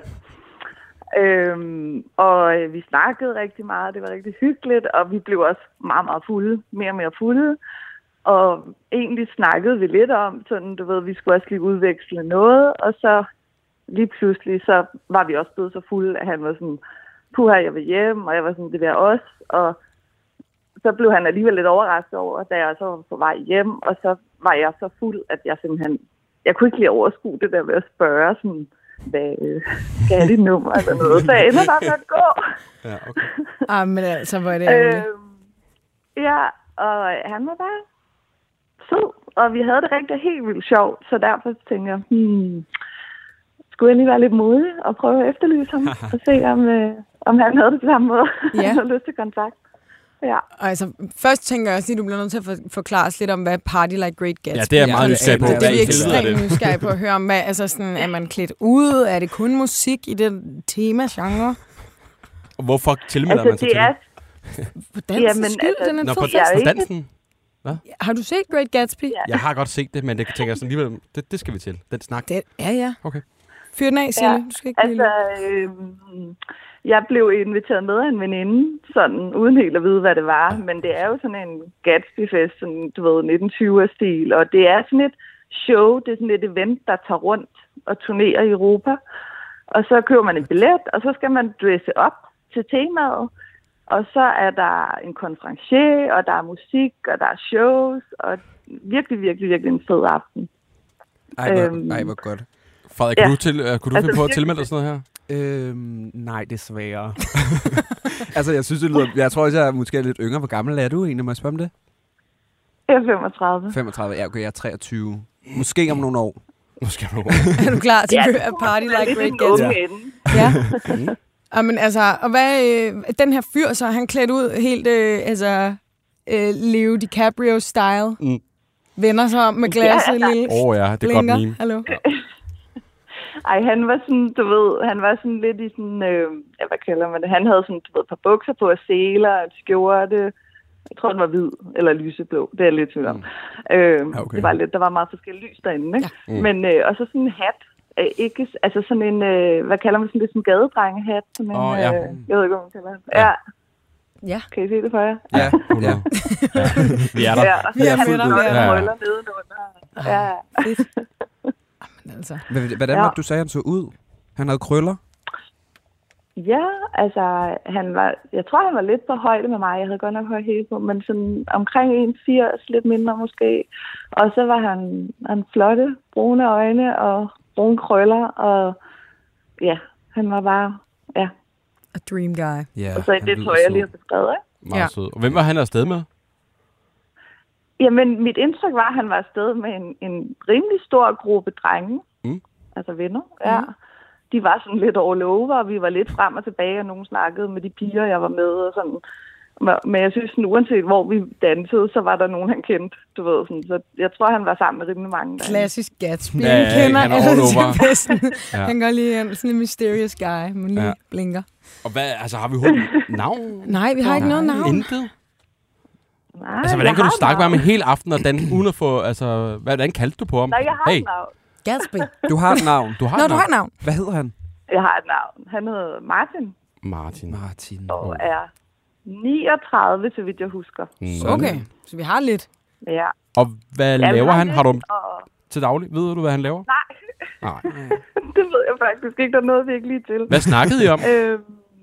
S6: Øhm, og øh, vi snakkede rigtig meget, det var rigtig hyggeligt, og vi blev også meget, meget fulde, mere og mere fulde. Og egentlig snakkede vi lidt om, sådan, du ved, vi skulle også lige udveksle noget, og så lige pludselig, så var vi også blevet så fulde, at han var sådan, puha, jeg vil hjem, og jeg var sådan, det var os, og så blev han alligevel lidt overrasket over, da jeg så var på vej hjem, og så var jeg så fuld, at jeg simpelthen, jeg kunne ikke lige overskue det der ved at spørge sådan, hvad skal jeg dit nummer eller noget, så jeg ender bare med at gå.
S2: Ja, okay.
S3: Ah, men altså, hvor er det ærgerligt.
S6: øhm, Ja, og han var bare sød, og vi havde det rigtig helt vildt sjovt, så derfor tænkte jeg, hmm, skulle jeg lige være lidt modig og prøve at efterlyse ham, og se om, øh, om han havde det på samme måde,
S3: Ja.
S6: han havde lyst til kontakt. Ja.
S3: Og altså, først tænker jeg også, at du bliver nødt til at for- forklare os lidt om, hvad Party Like Great Gatsby.
S2: Ja, det er meget nysgerrig på.
S3: Det, det er vi
S2: Hvad i helvede er
S3: ekstremt
S2: det?
S3: nysgerrige på at høre om. Hvad, altså sådan, er man klædt ud? Er det kun musik i den tema-genre?
S2: Og hvorfor tilmelder
S6: Altså,
S2: man sig
S6: det
S2: til
S6: er,
S2: det?
S3: For dans
S6: Jamen,
S3: skyld,
S6: altså-
S3: den er en
S2: Nå,
S3: fed
S2: på,
S3: fest.
S6: Jeg er
S2: på
S6: ikke-
S2: dansen?
S3: Har du set Great Gatsby?
S6: Ja.
S2: Jeg har godt set det, men det tænker jeg sådan alligevel, det, det skal vi til. Den snak.
S3: Det, ja, ja.
S2: Okay.
S3: Fyr den af, Sille.
S6: Ja,
S3: Du skal ikke
S6: altså, øh, jeg blev inviteret med af en veninde, sådan uden helt at vide, hvad det var. Men det er jo sådan en Gatsby-fest, sådan, du ved, nitten tyver-stil. Og det er sådan et show, det er sådan et event, der tager rundt og turnerer i Europa. Og så køber man en billet, og så skal man dresse op til temaet. Og så er der en konferencier, og der er musik, og der er shows, og virkelig, virkelig, virkelig en fed aften.
S4: Ej, hvor,
S6: Øhm,
S4: ej, hvor godt.
S2: Frederik,
S6: Ja.
S2: kunne du, til, uh, kunne du
S6: Altså,
S2: finde på at
S6: virkelig-
S2: tilmelde dig sådan noget her?
S4: Øhm, nej, desværre. altså, jeg synes, det lyder... Jeg tror også, jeg er måske lidt yngre. Hvor gammel er du egentlig? Må jeg spørge om det?
S6: Jeg er femogtredive.
S4: femogtredive. Ja, okay, jeg er treogtyve. Måske om nogle år.
S2: Måske nu.
S3: Er du klar til
S6: Ja,
S3: at
S6: det
S3: køre
S6: tror
S3: Party
S6: jeg er
S3: Like
S6: lidt
S3: Great
S6: en
S3: Gatsby?
S6: unge ende.
S3: Ja. Jamen, altså, og hvad, øh, den her fyr, så er han klædt ud helt, øh, altså, øh, Leo DiCaprio-style.
S2: Mm.
S3: Vender sig om med glasset,
S6: Ja,
S3: lille
S2: Åh oh, ja, det er godt
S3: blinker.
S2: meme.
S3: Hallo.
S6: Ej, han var sådan, du ved, han var sådan lidt i sådan, øh, ja, hvad kalder man det? Han havde sådan, du ved, et par bukser på og seler, og en skjorte. Jeg tror, den var hvid eller lyseblå. Det er jeg lidt tvivl om. Mm. Øh,
S4: Okay.
S6: Det var lidt, der var meget forskellige lys derinde, ikke?
S2: Ja. Mm.
S6: Men, øh, og så sådan en hat. Øh, ikke, altså sådan en, øh, hvad kalder man sådan lidt sådan en gadedrengehat? Sådan en,
S2: Åh, ja.
S6: øh, jeg ved ikke, hvad man kalder det. Ja.
S3: Ja.
S6: Kan I se det for jer?
S4: Ja, ja.
S2: Vi er der.
S6: Ja,
S3: Vi er
S6: han
S3: fuldt ud.
S6: har
S2: Ja.
S6: nogle røller nedenunder. Ja.
S3: Fedt. Jamen, altså.
S4: Hvad- Hvordan
S6: Ja.
S4: var det, du sagde, han så ud? Han havde krøller?
S6: Ja, altså, han var, jeg tror, han var lidt på højde med mig. Jeg havde godt nok højt hele på, men sådan omkring en komma firs, lidt mindre måske. Og så var han, han flotte, brune øjne og brune krøller, og ja, han var bare, ja.
S3: A dream guy.
S4: Ja,
S6: Og så i
S4: han
S6: det
S4: lyder
S6: tøj, jeg
S4: sød.
S6: lige har beskrevet, ikke?
S2: Meget
S3: Ja.
S2: sød. Og hvem var han afsted med?
S6: Jamen, mit indtryk var, at han var afsted med en, en rimelig stor gruppe drenge.
S2: Mm.
S6: altså venner, ja. Mm. De var sådan lidt all over, og vi var lidt frem og tilbage, og nogen snakkede med de piger, jeg var med, og sådan. Men jeg synes, sådan, uanset hvor vi dansede, så var der nogen, han kendte, du ved. Sådan. Så jeg tror, han var sammen med rimelig mange.
S3: Klassisk Gatsby.
S2: Ja,
S3: Han kender
S2: han er
S3: alle
S2: all over.
S3: til festen.
S2: Ja.
S3: Han går lige ind, sådan en mysterious guy, men lige
S2: Ja.
S3: ja. blinker.
S2: Og hvad, altså, har vi hurtigt navn?
S3: Nej, vi har ikke noget navn.
S2: Intet?
S6: Nej,
S2: Altså, hvordan
S6: jeg
S2: kan du
S6: har
S2: snakke med
S6: navn.
S2: ham en hel aften og danse uden at få, altså, hvordan kaldte du på ham?
S6: Nej, jeg har
S2: hey,
S6: et navn.
S3: Gatsby.
S4: Du har et navn.
S2: du har
S3: Nå,
S2: et
S3: du
S2: navn.
S3: har et navn.
S4: Hvad hedder han?
S6: Jeg har et navn. Han hedder Martin,
S2: Martin.
S4: Martin.
S6: og er niogtredive, så vidt jeg husker.
S2: Mm.
S3: Okay, så vi har lidt.
S6: Ja.
S2: Og hvad
S6: Jamen,
S2: laver han? Har du
S6: lidt, og...
S2: til daglig? Ved du, hvad han laver?
S6: Nej,
S2: Nej.
S6: det ved jeg faktisk ikke. Der er noget, vi ikke lige til.
S2: Hvad snakkede I om?
S6: Øhm,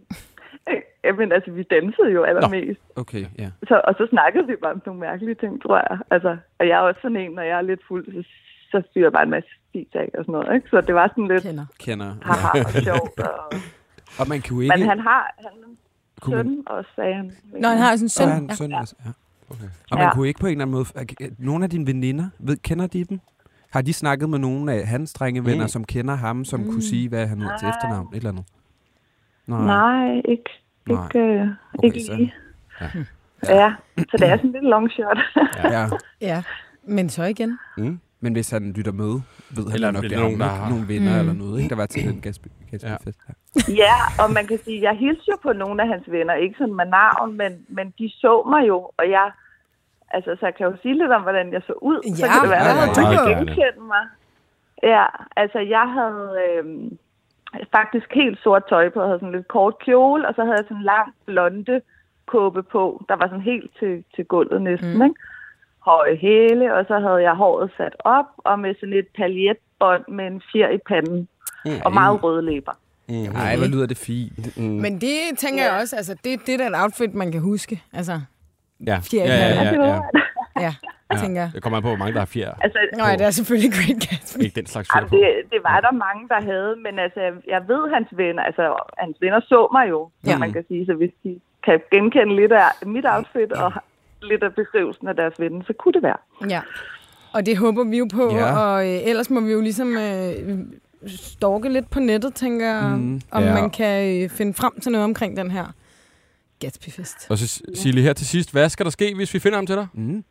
S6: jamen, altså, vi dansede jo allermest.
S4: Okay, ja.
S6: Så, og så snakkede vi bare om nogle mærkelige ting, tror jeg. Altså, og jeg er også sådan en, når jeg er lidt fuld, så, så fyrer jeg bare en masse spis af og sådan noget. Ikke? Så det var sådan lidt
S3: Kender.
S4: Kender.
S6: haha og sjovt. Og...
S4: Og man kan jo ikke...
S6: Men han har han er en
S4: Kunne man-
S6: søn også, sagde han.
S3: Nå, han har sådan en søn.
S4: Og han,
S3: Ja.
S4: søn, altså, ja.
S2: Okay.
S4: Og man
S6: Ja.
S4: kunne ikke på en eller anden måde... Nogle af dine veninder, ved, kender de dem? Har de snakket med nogle af hans drengevenner,
S2: Mm.
S4: som kender ham, som mm. kunne sige, hvad han hedder til
S6: Nej.
S4: efternavn? Et eller andet? Nej.
S6: Nej, ikke,
S4: Nej.
S6: ikke, øh,
S4: Okay,
S6: ikke
S4: så-
S6: lige.
S2: Ja.
S6: Ja, så det er sådan en lille long shot.
S4: Ja.
S3: Ja, men så igen.
S2: Mm.
S4: Men hvis han lytter med, ved han
S2: Eller
S4: nok,
S2: er
S4: det
S2: det
S4: er
S2: nogen,
S4: nogen,
S2: der har-
S4: nogle venner
S3: Mm.
S4: eller noget, ikke? Der var til den Gatsby-fest.
S2: Ja.
S4: Ja.
S6: Ja, og man kan sige, jeg hilste jo på nogle af hans venner, ikke sådan med navn, men, men de så mig jo, og jeg, altså, så jeg kan jo sige lidt om, hvordan jeg så ud, så
S3: Ja,
S6: kan det være,
S3: ja,
S6: at
S3: ja,
S6: man
S3: ja.
S6: kan genkende mig. Ja, altså, jeg havde øh, faktisk helt sort tøj på, jeg havde sådan lidt kort kjole, og så havde jeg sådan en lang blonde kåbe på, der var sådan helt til, til gulvet næsten,
S3: Mm.
S6: ikke? Høje hæle, og så havde jeg håret sat op, og med sådan et paljetbånd med en fjer i panden,
S2: Mm.
S6: og meget røde læber.
S2: Mm.
S4: Ej, hvor lyder det fint.
S2: Mm.
S3: Men det tænker jeg også, altså, det, det er da et outfit, man kan huske. Altså,
S2: Ja,
S3: fjer i
S2: ja, ja,
S3: panden.
S2: ja, ja.
S3: ja,
S2: Ja.
S3: tænker jeg.
S2: Det kommer an på, hvor mange der har fjer.
S6: Altså,
S3: Nej, det er selvfølgelig Great Gatsby.
S2: Ikke den slags fjer
S6: Jamen,
S2: på.
S6: det, det var der mange, der havde, men altså, jeg ved hans venner, altså, hans venner så mig jo, som
S3: Ja.
S6: man kan sige, så hvis de kan genkende lidt af mit outfit og lidt af beskrivelsen af deres venner, så kunne det være.
S3: Ja, og det håber vi jo på,
S4: Ja.
S3: og øh, ellers må vi jo ligesom øh, stalke lidt på nettet, tænker jeg,
S4: Mm,
S3: om
S2: ja.
S3: man kan øh, finde frem til noget omkring den her Gatsby-fest.
S2: Og så Silje her til sidst, hvad skal der ske, hvis vi finder ham til dig?
S4: Mm.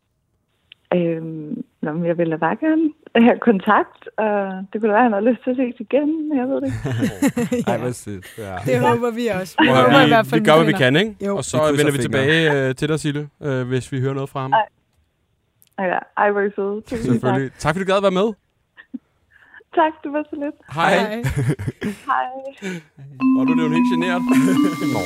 S6: Øhm, nå, men jeg ville da bare gerne have kontakt, og det kunne da være, at han har lyst til at ses igen, jeg ved det ikke.
S4: Ej, hvor sødt.
S2: Ja.
S3: Det håber vi også. Vi
S2: Og
S3: håber i
S2: vi,
S3: hvert fald,
S2: vi gør, hvad vi
S3: finder.
S2: kan, ikke?
S3: Jo.
S2: Og så
S4: Vi krydser
S2: vender vi
S4: fingre.
S2: tilbage øh, til dig, Silje, øh, hvis vi hører noget fra ham.
S6: Ej. Ja, ej, hvor er I søde. Tusind
S2: Selvfølgelig. Tak fordi du gad at være med.
S6: Tak. tak, det var så lidt.
S2: Hej.
S3: Hej.
S6: Hej.
S2: Og du er jo helt generet. Nå.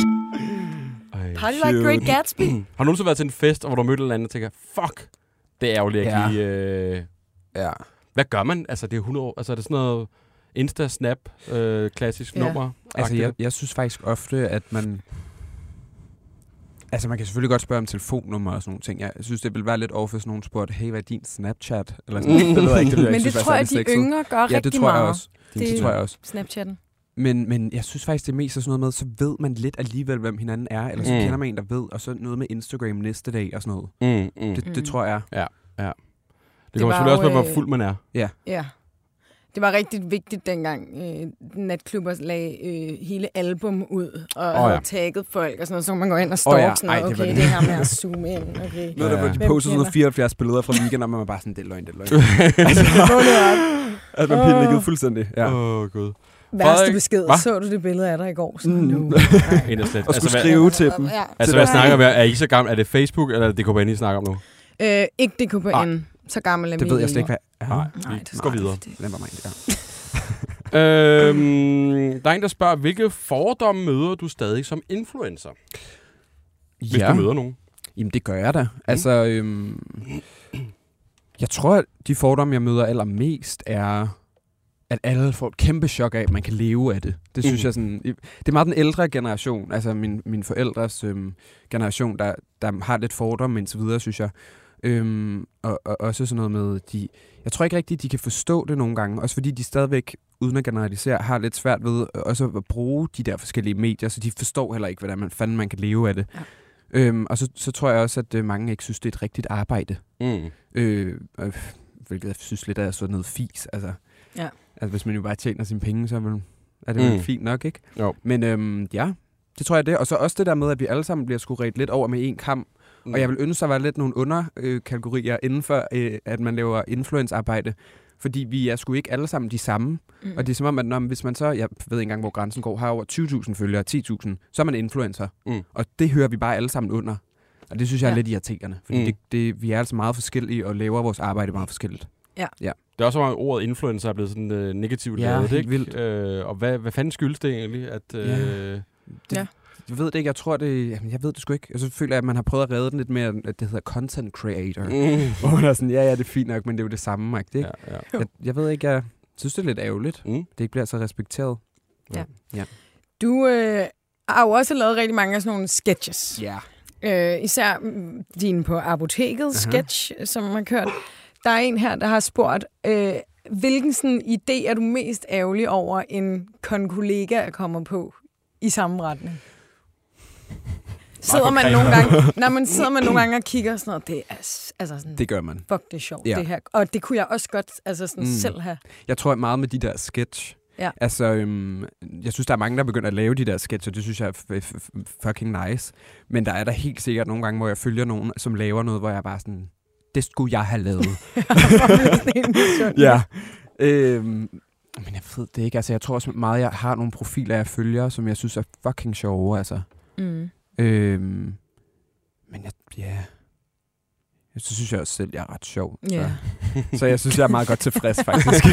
S2: Ej,
S3: Party like
S2: cute.
S3: Great Gatsby.
S2: Har du nogensinde været til en fest, hvor du mødte et eller andet og tænker, fuck, det er ærgerligt,
S4: Ja.
S2: at lige... Øh...
S4: Ja.
S2: Hvad gør man? Altså, det er hundrede år. Altså, er det sådan noget Insta, Snap, øh, klassisk
S3: Ja.
S2: nummer?
S4: Altså, jeg, jeg synes faktisk ofte, at man... Altså, man kan selvfølgelig godt spørge om telefonnummer og sådan nogle ting. Jeg synes, det ville være lidt off, hvis nogen spurgte, hey, hvad er din Snapchat? Eller sådan noget. Det ved jeg ikke, det vil jeg
S3: Men
S4: ikke
S3: det
S4: synes,
S3: tror
S4: var
S3: jeg,
S4: særlig
S3: de
S4: sexet.
S3: yngre gør
S4: Ja,
S3: rigtig
S4: det tror jeg
S3: meget.
S4: også. Det,
S3: Det-
S4: det tror jeg også.
S3: Snapchatten.
S4: Men, men jeg synes faktisk, det er mest er sådan noget med, så ved man lidt alligevel, hvem hinanden er. Eller så
S2: Mm.
S4: kender man en, der ved. Og så noget med Instagram næste dag og sådan noget.
S2: Mm, mm.
S4: Det,
S3: Mm.
S4: det tror jeg.
S2: Det kommer
S3: Det
S2: selvfølgelig
S3: var
S2: også med,
S3: jo,
S2: hvor
S3: øh,
S2: fuld man er.
S3: Ja. Det var rigtig vigtigt dengang, øh, natklubber lagde øh, hele album ud, og
S2: Åh,
S3: oh, havde
S2: ja.
S3: tagget folk, og sådan noget, så kan man gå ind og
S4: Åh,
S3: stalke
S4: ja.
S3: sådan
S4: Ej,
S3: noget.
S4: det var
S3: Okay,
S4: det.
S3: det her med at zoome ind. Okay.
S4: Noget, der, hvor de
S3: Hvem
S4: postede sådan noget
S3: kender?
S4: fireoghalvfjerds billeder fra weekenden, og man var bare sådan, det er løgn, det er løgn.
S3: Vågnede op.
S4: altså, man pillede fuldstændig. Ja.
S2: Åh, oh, gud.
S3: Værste
S2: Frederik,
S3: besked.
S2: hva?
S3: Så du det billede af dig i går? Sådan,
S4: Mm.
S3: no.
S2: En af slet.
S4: Og skulle
S2: hvad,
S4: skrive til dem.
S3: Ja.
S2: altså, hvad snakker vi? Er I så gammel? Er det Facebook, eller er det D K B N, I snakker om nu?
S3: Øh, ikke D K B
S2: Nej.
S3: N. Så gammel er
S4: Det
S3: vi
S4: ved jeg slet ikke, hvad er.
S2: Nej,
S3: Nej,
S2: vi
S3: det
S2: går
S3: skal
S2: videre.
S3: det.
S4: Lad mig mind, ja.
S2: øhm, der er en, der spørger, hvilke fordomme møder du stadig som influencer? Hvis
S4: ja.
S2: du møder nogen.
S4: Jamen, det gør jeg da. Altså, øhm, jeg tror, at de fordomme, jeg møder allermest, er, at alle får et kæmpe chok af, at man kan leve af det. Det synes
S2: Mhm.
S4: jeg sådan... Det er meget den ældre generation, altså min, min forældres øhm, generation, der, der har lidt fordomme indtil videre, synes jeg. Øhm, og, og også sådan noget med, de... Jeg tror ikke rigtigt, de kan forstå det nogle gange, også fordi de stadigvæk, uden at generalisere, har lidt svært ved også at bruge de der forskellige medier, så de forstår heller ikke, hvordan man fanden man kan leve af det.
S3: Ja.
S4: Øhm, og så, så tror jeg også, at øh, mange ikke synes, det er et rigtigt arbejde.
S2: Mm.
S4: Øh, øh, hvilket jeg synes lidt er sådan noget fis. Altså.
S3: Ja.
S4: Altså, hvis man jo bare tjener sine penge, så er, man, er det jo
S2: Mm.
S4: fint nok, ikke?
S2: Jo.
S4: Men øhm, ja, det tror jeg det. Og så også det der med, at vi alle sammen bliver sgu ret lidt over med en kam. Mm. Og jeg vil ønske, at der var lidt nogle underkategorier inden for, øh, at man laver influence-arbejde. Fordi vi er sgu ikke alle sammen de samme. Mm. Og det er som om, at når, hvis man så, jeg ved ikke engang, hvor grænsen går, har over tyve tusind følgere, ti tusind, så er man influencer. Mm. Og det hører vi bare alle sammen under. Og det synes jeg er ja. lidt irriterende. Fordi mm. det, det, vi er altså meget forskellige og laver vores arbejde meget forskelligt.
S3: Ja.
S4: ja.
S2: Det er også, at ordet influencer er blevet sådan øh, negativt
S4: ja,
S2: lavet,
S4: helt
S2: ikke?
S4: vildt.
S2: Øh, og hvad, hvad fanden skyldes det egentlig? At, øh,
S4: ja. Det,
S3: ja.
S4: Jeg ved det ikke, jeg tror det... Jamen, jeg ved det sgu ikke. Og så føler jeg, at man har prøvet at redde den lidt mere, at det hedder content creator. Mm. Hvor man er sådan, ja, ja, det er fint nok, men det er jo det samme, ikke?
S2: Ja, ja.
S4: Jeg, jeg ved ikke, jeg synes, det er lidt ærgerligt. Mm. Det ikke bliver så respekteret.
S3: Ja.
S4: ja.
S3: Du øh, har jo også lavet rigtig mange af sådan nogle sketches.
S4: Ja.
S3: Øh, især din på apoteket uh-huh. sketch, som man har kørt. Der er en her, der har spurgt, øh, hvilken sådan idé er du mest ærgerlig over, en konkollega kommer på i samme retning? Sidder man nogle gange, når man sidder man nogle gange og kigger sådan noget, det er altså sådan.
S4: Det gør man.
S3: Fuck, det er sjovt
S4: ja.
S3: det her. Og det kunne jeg også godt altså sådan mm. selv have.
S4: Jeg tror meget med de der sketch.
S3: Ja.
S4: Altså, øhm, jeg synes, der er mange, der begynder at lave de der sketch, og det synes jeg er f- f- fucking nice. Men der er der helt sikkert nogle gange, hvor jeg følger nogen, som laver noget, hvor jeg bare sådan, det skulle jeg have lavet. ja. Øhm, men jeg ved det ikke. Altså, jeg tror også meget, jeg har nogle profiler, jeg følger, som jeg synes er fucking sjove, altså. Mm. Øhm, men jeg, ja... Så synes jeg også selv, jeg er ret sjov.
S3: Yeah.
S4: Så. så jeg synes, jeg er meget godt tilfreds, faktisk.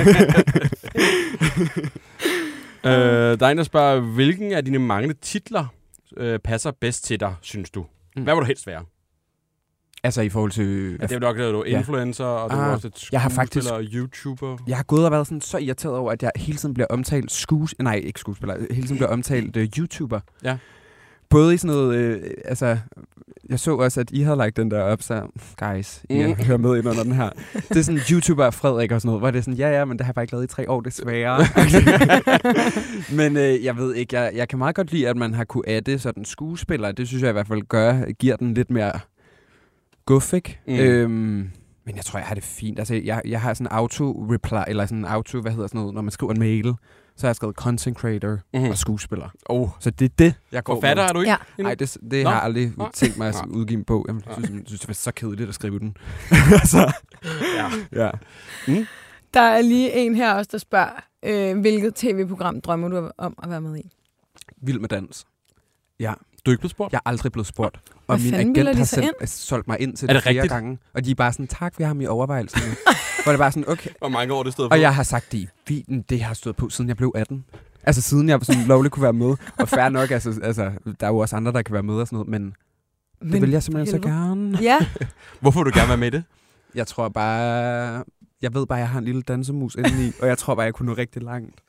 S2: øh, der er en, der spørger, hvilken af dine mange titler øh, passer bedst til dig, synes du? Mm. Hvad vil du helst være?
S4: Altså i forhold til...
S2: Ja, det er jo nok, at du er influencer, ja. og du
S4: ah,
S2: er også et
S4: jeg har faktisk,
S2: og YouTuber.
S4: Jeg har gået og været sådan så irriteret over, at jeg hele tiden bliver omtalt skues... Nej, ikke skuespiller. Hele tiden bliver omtalt uh, YouTuber.
S2: Ja.
S4: Både i sådan noget... Øh, altså... Jeg så også, at I havde lagt den der op, så guys, I mm. hører med ind under den her. Det er sådan YouTuber Frederik og sådan noget, hvor det er sådan, ja ja, men det har jeg bare ikke lavet i tre år, desværre. men øh, jeg ved ikke, jeg, jeg kan meget godt lide, at man har kunne adde sådan skuespillere. Det synes jeg i hvert fald gør, giver den lidt mere guf, ikke? Mm. Øhm, men jeg tror, jeg har det fint. Altså, jeg, jeg har sådan auto-reply, eller sådan auto, hvad hedder sådan noget, når man skriver en mail, så har jeg skrevet content creator mm. og skuespiller.
S2: Oh.
S4: Så det er det, jeg går
S2: Forfatter er du ikke?
S4: Nej, det, det har jeg aldrig Nå. tænkt mig at udgive en bog. Jeg synes, jeg synes, det var så kedeligt at skrive den. så,
S2: ja.
S4: ja.
S3: Mm. Der er lige en her også, der spørger, øh, hvilket tv-program drømmer du om at være med i?
S4: Vild med dans. Ja.
S2: Du er ikke blevet spurgt?
S4: Jeg er aldrig blevet spurgt.
S3: Hvad
S4: og min agent har selv, solgt mig ind til det, det flere rigtigt? gange. Og de er bare sådan, tak, vi har ham i overvejelserne. Hvor det bare sådan, okay.
S2: Hvor mange år det stod på?
S4: Og jeg har sagt, det i det har stået på, siden jeg blev atten. Altså siden jeg sådan lovligt kunne være med. Og fair nok, altså, altså, der er jo også andre, der kan være med og sådan noget, men, men det vil jeg simpelthen helvede. så gerne.
S3: Ja.
S2: Hvorfor vil du gerne være med i det?
S4: Jeg tror bare, jeg ved bare, jeg har en lille dansemus indeni, og jeg tror bare, jeg kunne nå rigtig langt.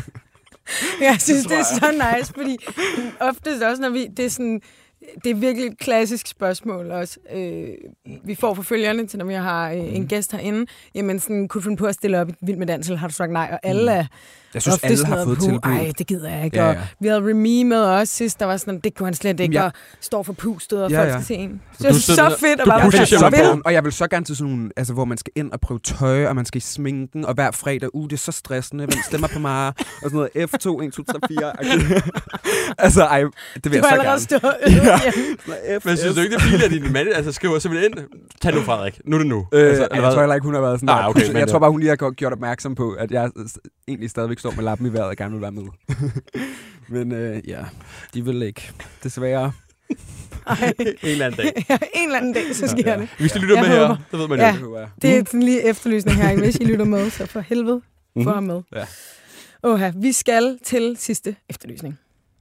S3: Jeg synes, det, det er så nice, fordi oftest også, når vi, det er sådan, det er virkelig et klassisk spørgsmål også. Øh, vi får forfølgerne til, når vi har øh, en gæst herinde, jamen sådan, kunne du finde på at stille op i Vild med Dans, eller har du sagt nej? Og alle er
S4: jeg synes, alle har fået tilbud.
S3: Ej, det gider jeg ikke.
S4: Ja, ja.
S3: Og vi havde Remy med os sidst, der var sådan, det kunne han slet ikke, ja. og står for pustet, og ja, folk ja. skal se en. Så det er så fedt at bare være
S4: så Og jeg vil så gerne til sådan nogle, altså, hvor man skal ind og prøve tøj, og man skal i sminken, og hver fredag, uh, det er så stressende, hvem stemmer på mig, og sådan noget F to, et, to, tre, fire. Altså, ej, det vil jeg så gerne.
S3: Stå, ja.
S2: Ja. Men synes du ikke, det er fint, at din mand altså, skriver simpelthen ind, tag nu Frederik, nu er det nu.
S4: Øh, altså, jeg tror heller ikke, hun har været sådan
S2: ah, okay,
S4: der. Jeg tror bare, hun lige har gjort opmærksom på, at jeg egentlig stadigvæk står med lappen i vejret og gerne vil være med. Men øh, ja, de vil ikke. Desværre.
S2: Ej. En eller anden dag.
S3: Ja, en eller anden dag, så sker ja, ja.
S2: det. Hvis de lytter jeg med håber. Her, det ved man
S3: ja,
S2: jo.
S3: Det er sådan lige efterlysning her. Hvis I lytter med, så for helvede, få ham med.
S2: Ja.
S3: Oha, vi skal til sidste efterlysning.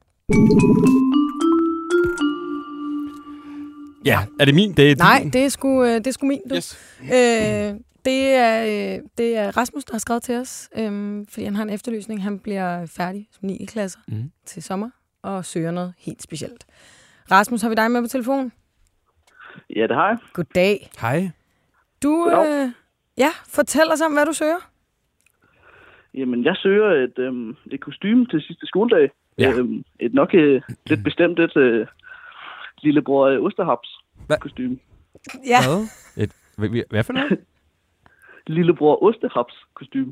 S2: Ja, er det min? Det er
S3: Nej, det er sgu, det er sgu min, du.
S2: Yes.
S3: Øh, det, er, det er Rasmus, der har skrevet til os, øhm, fordi han har en efterlysning. Han bliver færdig som niende klasser mm. til sommer og søger noget helt specielt. Rasmus, har vi dig med på telefon?
S7: Ja, det har jeg.
S3: Goddag.
S4: Hej.
S3: Du, øh, ja, fortæl os om, hvad du søger.
S7: Jamen, jeg søger et, øhm, et kostume til sidste skoledag.
S4: Ja.
S7: Øhm, et nok øh, lidt bestemt et øh, lillebror øh, Osterhaps kostume.
S3: Ja.
S2: Hvad? Et, hvad, hvad for noget?
S7: Lillebror Osterhaps kostume.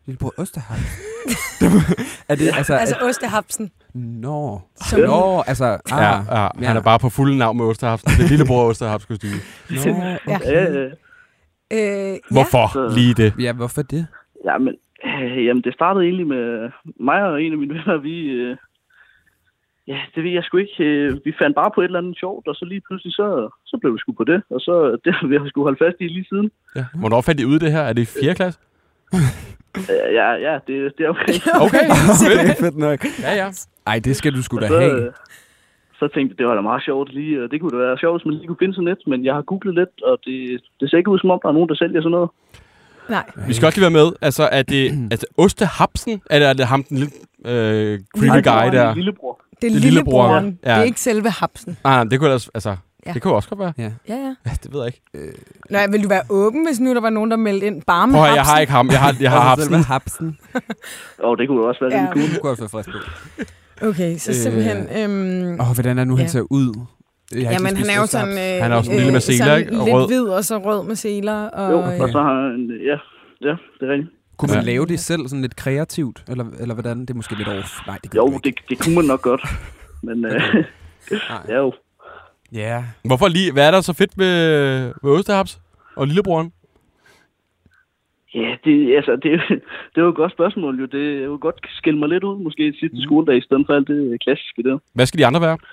S4: Lillebror Osterhaps. er det, altså...
S3: Altså
S4: er,
S3: Ostehapsen.
S4: Nå.
S3: Som-
S4: Nå, altså... Ah,
S2: Ja, ja, han er bare på fulde navn med Osterhapsen. Det er lillebror Osterhaps kostyme.
S4: Nå,
S3: Ja.
S4: okay.
S7: Ja, ja.
S3: Øh,
S2: Hvorfor
S7: Ja.
S2: lige det?
S4: Ja, hvorfor det?
S7: Ja, men øh, jamen, det startede egentlig med mig og en af mine venner. Vi, øh, ja, det ved jeg sgu ikke. Øh, vi fandt bare på et eller andet sjovt, og så lige pludselig, så, så blev vi sgu på det. Og så det har vi sgu holdt fast i lige siden.
S2: Ja. Hvornår fandt I ud af det her? Er det i fjerde klasse?
S7: Øh, ja, ja, det, det er okay.
S2: Okay.
S4: det er fedt nok.
S2: Ja, ja.
S4: Ej, det skal du sgu da
S7: så,
S4: have.
S7: øh, så tænkte jeg, det var da meget sjovt lige. Og det kunne da være sjovt, hvis man lige kunne finde sådan et. Men jeg har googlet lidt, og det, det ser ikke ud som om, der er nogen, der sælger sådan noget.
S3: Nej.
S2: Vi skal også lige være med. Altså, er det altså, Ostehapsen? Eller er det ham, den lille øh, creepy guy der?
S7: Lillebror.
S3: Det er
S2: Det er
S3: lillebroren.
S2: lillebroren.
S3: Det
S2: Ja.
S3: er ikke selve hapsen.
S2: Nej, nej, det kunne altså, altså
S3: Ja.
S2: det kunne også godt være.
S4: Ja.
S3: Ja, ja.
S2: Ja, det ved jeg ikke.
S3: Nå, vil du være åben, hvis nu der var nogen, der meldte ind bare med
S2: Prøv at høre, jeg
S3: hapsen?
S2: har ikke ham. Jeg har, jeg har
S4: Altså, selve
S2: hapsen.
S4: hapsen.
S7: Og det kunne jo også være
S3: Ja.
S7: lidt cool.
S4: Det kunne også være frisk på.
S3: Okay, så
S4: Øh,
S3: simpelthen... Øhm,
S4: Åh, hvordan er nu, han
S3: Ja.
S4: ser ud? Jeg har ikke
S3: jamen, han
S4: spist
S3: er jo
S4: Osterhaps.
S3: sådan... Øh,
S2: Han er jo sådan lille med seler,
S3: sådan
S2: ikke? Og
S3: lidt
S2: rød.
S3: hvid og så rød med seler. Og,
S7: Jo,
S3: øh,
S7: og så har han... Ja, ja, det er rigtigt.
S4: Kunne man
S2: Ja.
S4: lave det selv sådan lidt kreativt? Eller, eller hvordan? Det er måske lidt off. Nej, det kan
S7: Jo,
S4: du ikke.
S7: det, det kunne man nok godt. Men øh, ja jo.
S4: Ja.
S2: Hvorfor lige? Hvad er der så fedt med, med Osterhaps og lillebroren?
S7: Ja, det, altså, det, det er jo et godt spørgsmål. Jo. Det er jo godt skille mig lidt ud, måske i sidste skoledag, i stedet for alt det klassiske der.
S2: Hvad skal de andre være?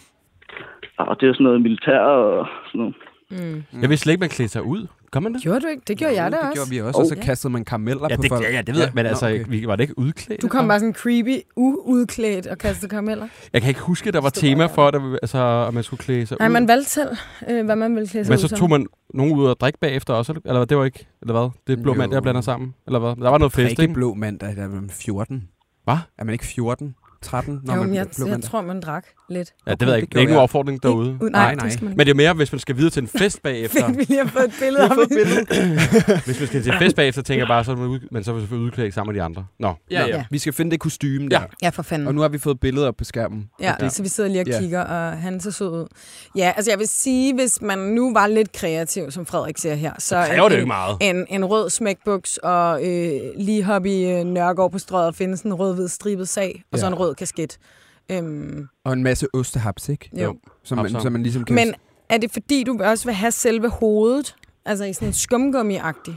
S7: Og det er jo sådan noget militær og sådan noget.
S3: mm.
S2: Jeg vidste slet ikke, man klædte sig ud. Gør man det?
S3: Gjorde du ikke? Det gjorde jeg da
S4: det
S3: også.
S4: gjorde vi også, og så kastede man karameller
S2: Ja,
S4: på
S2: det,
S4: folk.
S2: ja, ja, det ved jeg, men altså,
S4: Nå, okay.
S2: vi, var det ikke udklædt?
S3: Du kom bare sådan creepy, uudklædt og kastede karameller.
S2: Jeg kan ikke huske, at der var
S3: Stod
S2: tema
S3: bare-
S2: for, at, der, altså, at man skulle klæde sig
S3: Nej,
S2: ud.
S3: man valgte selv, øh, hvad man ville klæde sig
S2: Men
S3: ud
S2: så
S3: som.
S2: tog man nogen ud og drikke bagefter også, eller- eller det var ikke, eller hvad? Det er blå
S4: Jo.
S2: mand, der blander sammen, eller hvad? Der var noget fest,
S4: Ikke
S2: ikke?
S4: blå mandag, der er man fjorten.
S2: Hvad?
S4: Er man ikke fjorten? tretten, når
S3: Jo,
S4: man
S3: men jeg,
S4: blå
S3: jeg
S4: mandag?
S3: tror, man drak lidt.
S2: Ja, det ved jeg ikke.
S4: det
S2: Det er ikke
S4: gjorde
S2: nogen
S4: jeg.
S2: opfordring derude.
S3: Ud, nej,
S4: Nej,
S3: nej,
S4: nej.
S3: det skal man ikke.
S2: Men det er mere, hvis man skal videre til en fest bagefter.
S3: Vi lige har fået et billede af det.
S2: Hvis man skal til en fest bagefter, tænker jeg bare, så er man, ud, men så er man selvfølgelig udklædt sammen med de andre. Nå, ja, ja.
S3: Ja.
S4: Vi skal finde det kostume
S2: Ja.
S4: der.
S3: Ja, for fanden.
S4: Og nu har vi fået billeder op på skærmen.
S3: Ja,
S2: Ja.
S3: så vi sidder lige og
S4: Ja.
S3: kigger, og han ser sød ud. Ja, altså jeg vil sige, hvis man nu var lidt kreativ, som Frederik ser her, så
S2: kræver det jo
S3: en,
S2: ikke meget.
S3: en, en rød smækbuks og øh, lige hoppe i øh, Nørregård på Strøget og finde sådan en rød-hvid stribet sag, og
S4: Ja.
S3: så en rød kasket. Øhm,
S4: Og en masse ostehaps, ikke?
S3: jo.
S4: Så man,
S2: Hapser.
S4: så man ligesom kan...
S3: Men er det fordi, du også vil have selve hovedet? Altså i sådan en skumgummi-agtig?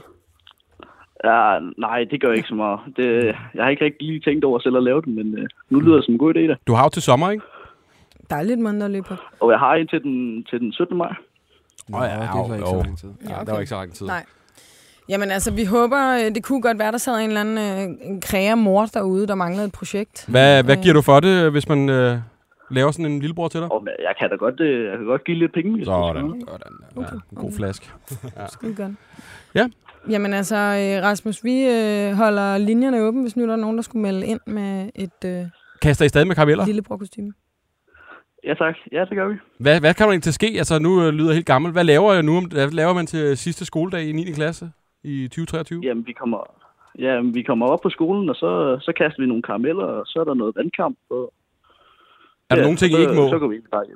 S7: Ja, nej, det gør ikke så meget. Det, jeg har ikke rigtig lige tænkt over selv at lave det, men øh, nu lyder det som en god idé da.
S2: Du har jo til sommer, ikke?
S3: Der er lidt mindre at løbe på.
S7: Og jeg har en til den, til den syttende maj.
S4: Nå,
S2: Åh,
S4: det
S2: ja,
S4: er så ikke
S2: jo.
S4: så lang tid.
S2: Ja,
S3: okay.
S2: der var ikke så lang tid.
S3: Nej. Jamen altså, vi håber, øh, det kunne godt være, der sad en eller anden øh, en kræger mor derude, der manglede et projekt.
S2: Hvad, hvad
S3: Øh.
S2: giver du for det, hvis man øh, laver sådan en lillebror til dig?
S7: Og jeg kan da godt, øh, jeg kan godt give lidt penge. hvis det
S2: Sådan.
S7: skal være.
S4: Sådan.
S2: Ja, en god flaske.
S3: Skide godt.
S2: Ja.
S3: Jamen altså, øh, Rasmus, vi øh, holder linjerne åbne, hvis nu der er nogen, der skulle melde ind med et øh,
S2: Kaster I stadig med karameller?
S3: lillebror-kostyme.
S7: Ja, tak. Ja, det gør vi.
S2: Hvad, hvad kan man egentlig til ske? Altså, nu øh, lyder jeg helt gammel. Hvad laver jeg nu? om- Hvad laver man til sidste skoledag i niende klasse i tyve treogtyve?
S7: Jamen, vi kommer, ja, vi kommer op på skolen, og så, så kaster vi nogle karameller, og så er der noget vandkamp. Og,
S2: Er der nogle ting, I
S7: så,
S2: ikke må?
S7: Så går vi ikke bare hjem.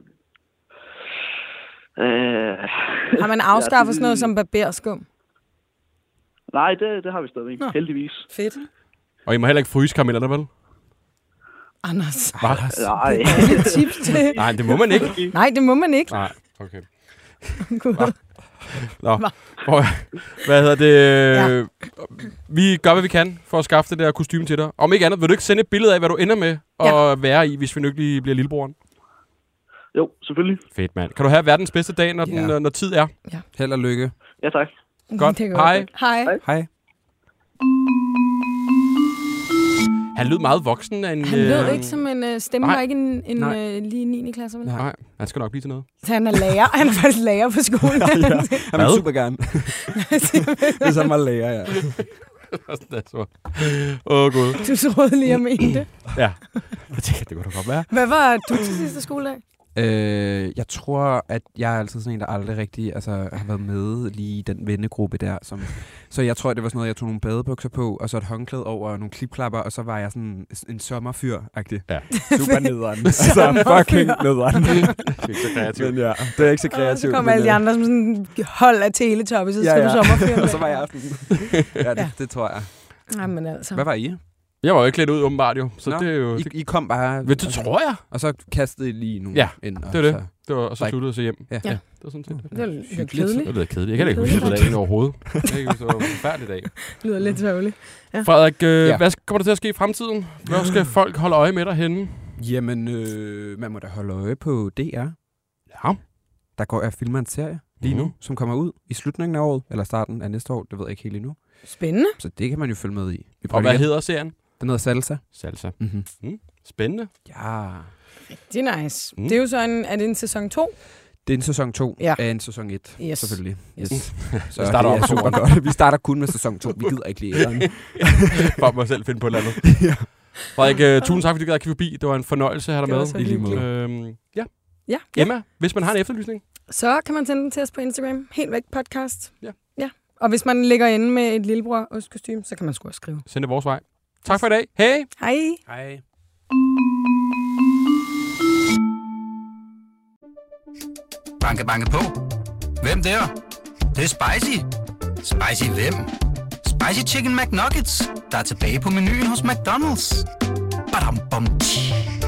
S7: Øh,
S3: Har man afskaffet
S7: Ja, det-
S3: sådan noget som barberskum?
S7: nej, det, det har vi stadigvæk.
S3: Nå.
S7: Heldigvis.
S3: Fedt.
S2: Og I må heller ikke fryse karamellerne, vel?
S3: Anders,
S2: Hvad?
S7: Nej.
S3: det er lidt tips til.
S2: Nej, det må man ikke.
S3: Nej, det må man ikke.
S2: Nej, okay.
S3: Gud.
S2: Nå,
S3: Hva?
S2: Prøv, hvad hedder det?
S3: Ja.
S2: Ja. Vi gør, hvad vi kan for at skaffe det der kostume til dig. Om ikke andet, vil du ikke sende et billede af, hvad du ender med at
S3: Ja.
S2: være i, hvis vi nu ikke lige bliver lillebroren?
S7: Jo, selvfølgelig.
S2: Fedt, mand. Kan du have verdens bedste dag, når, den,
S4: Ja.
S2: når tid er?
S4: Held og lykke.
S7: Ja, tak.
S2: Godt.
S3: Det er
S2: Hej.
S3: Hej.
S7: Hej.
S4: Hej.
S2: Han lød meget voksen af en...
S3: Han lød
S2: øh,
S3: ikke som en øh, stemme,
S2: nej.
S3: var ikke en, en
S4: Nej.
S3: øh, lige niende klasse, vel?
S4: Nej.
S2: Nej, han skal nok blive til noget.
S3: Så han er lærer. Han er faktisk lærer på skolen.
S4: Han vil
S2: Hvad?
S4: super gerne. Hvis han var lærer, ja.
S2: Åh, oh, gud.
S3: Du troede lige, jeg mente det.
S2: Ja, jeg tænker, det kunne da godt være.
S3: Hvad var du til sidste skoledag?
S4: Øh, jeg tror, at jeg er altid sådan en, der aldrig rigtig altså, har været med lige i den vennegruppe der. Som, så jeg tror, det var sådan noget, jeg tog nogle badebukser på, og så et håndklæde over og nogle klipklapper, og så var jeg sådan en sommerfyr-agtig.
S2: Ja.
S4: Super nederen. altså, fucking nederen.
S2: Det er ikke så kreativt.
S4: Men ja, det er ikke så
S3: Og så
S4: kreativt.
S3: kom
S4: men,
S3: alle de
S4: øh,
S3: andre som sådan hold af teletoppe, så
S4: Ja,
S3: skal
S4: ja.
S3: du sommerfyre.
S4: og så var jeg sådan. ja, det, det tror jeg.
S3: Jamen altså.
S4: Hvad var I?
S2: Jeg var jo ikke klædt ud, åbenbart jo. Så
S4: Nå,
S2: det er jo...
S4: I,
S2: Det,
S4: I kom bare...
S2: det tror jeg.
S4: Og så kastede I lige nogle
S2: Ja,
S4: ind. Og
S2: det er det.
S4: Så,
S2: Det var, og så
S4: Like-
S2: sluttede jeg så hjem.
S4: Ja.
S2: Ja. Det var sådan set.
S3: Det er lidt
S4: Hyggeligt.
S3: kedeligt.
S2: Det lyder kedeligt. Jeg kan da ikke huske det dagen overhovedet. Det er ikke så forfærdeligt dag.
S3: Det lyder lidt sørgeligt. Ja.
S2: Frederik, øh,
S4: Ja.
S2: hvad kommer der til at ske i fremtiden? Hvor skal folk holde øje med dig henne?
S4: Jamen, øh, man må da holde øje på D R.
S2: Ja.
S4: Der går jeg og filmer en serie lige nu,
S2: Mhm.
S4: som kommer ud i slutningen af året, eller starten af næste år. Det ved jeg ikke helt endnu.
S3: Spændende.
S4: Så det kan man jo følge med i. Vi
S2: Og
S4: prøver
S2: hvad
S4: igen.
S2: hedder serien?
S4: Den hedder Salsa.
S2: Salsa.
S4: Mm-hmm.
S2: Spændende.
S4: Ja.
S3: Det er nice.
S2: Mm.
S3: Mm. Det er jo så en, er det en sæson to?
S4: Det er en sæson to
S3: Ja.
S4: af en sæson et,
S3: Yes.
S4: selvfølgelig.
S3: Yes.
S4: Så
S2: starter
S4: det er
S2: op
S4: super
S2: toeren.
S4: godt. Vi starter kun med sæson to. Vi gider ikke lige æren.
S2: For mig selv finde på et eller andet.
S4: Ja.
S2: Frederik, øh, tusind tak, fordi du gad at kigge forbi. Det var en fornøjelse at have dig
S3: Det var
S2: med.
S3: så
S4: I lige måde.
S2: Øhm, ja.
S3: Ja.
S2: Emma, hvis man har en efterlysning.
S3: Så kan man sende den til os på Instagram. Helt væk podcast.
S2: Ja.
S3: Ja. Og hvis man ligger inde med et lillebror ostkostyme, så kan man sgu også skrive.
S2: Send det vores vej. Tak for i dag. Hej!
S3: Hej.
S4: Hej.
S1: Banke, banke på. Hvem der? Det, det er spicy. Spicy hvem? Spicy Chicken McNuggets, der er tilbage på menuen hos McDonald's. Badum, bom, tji.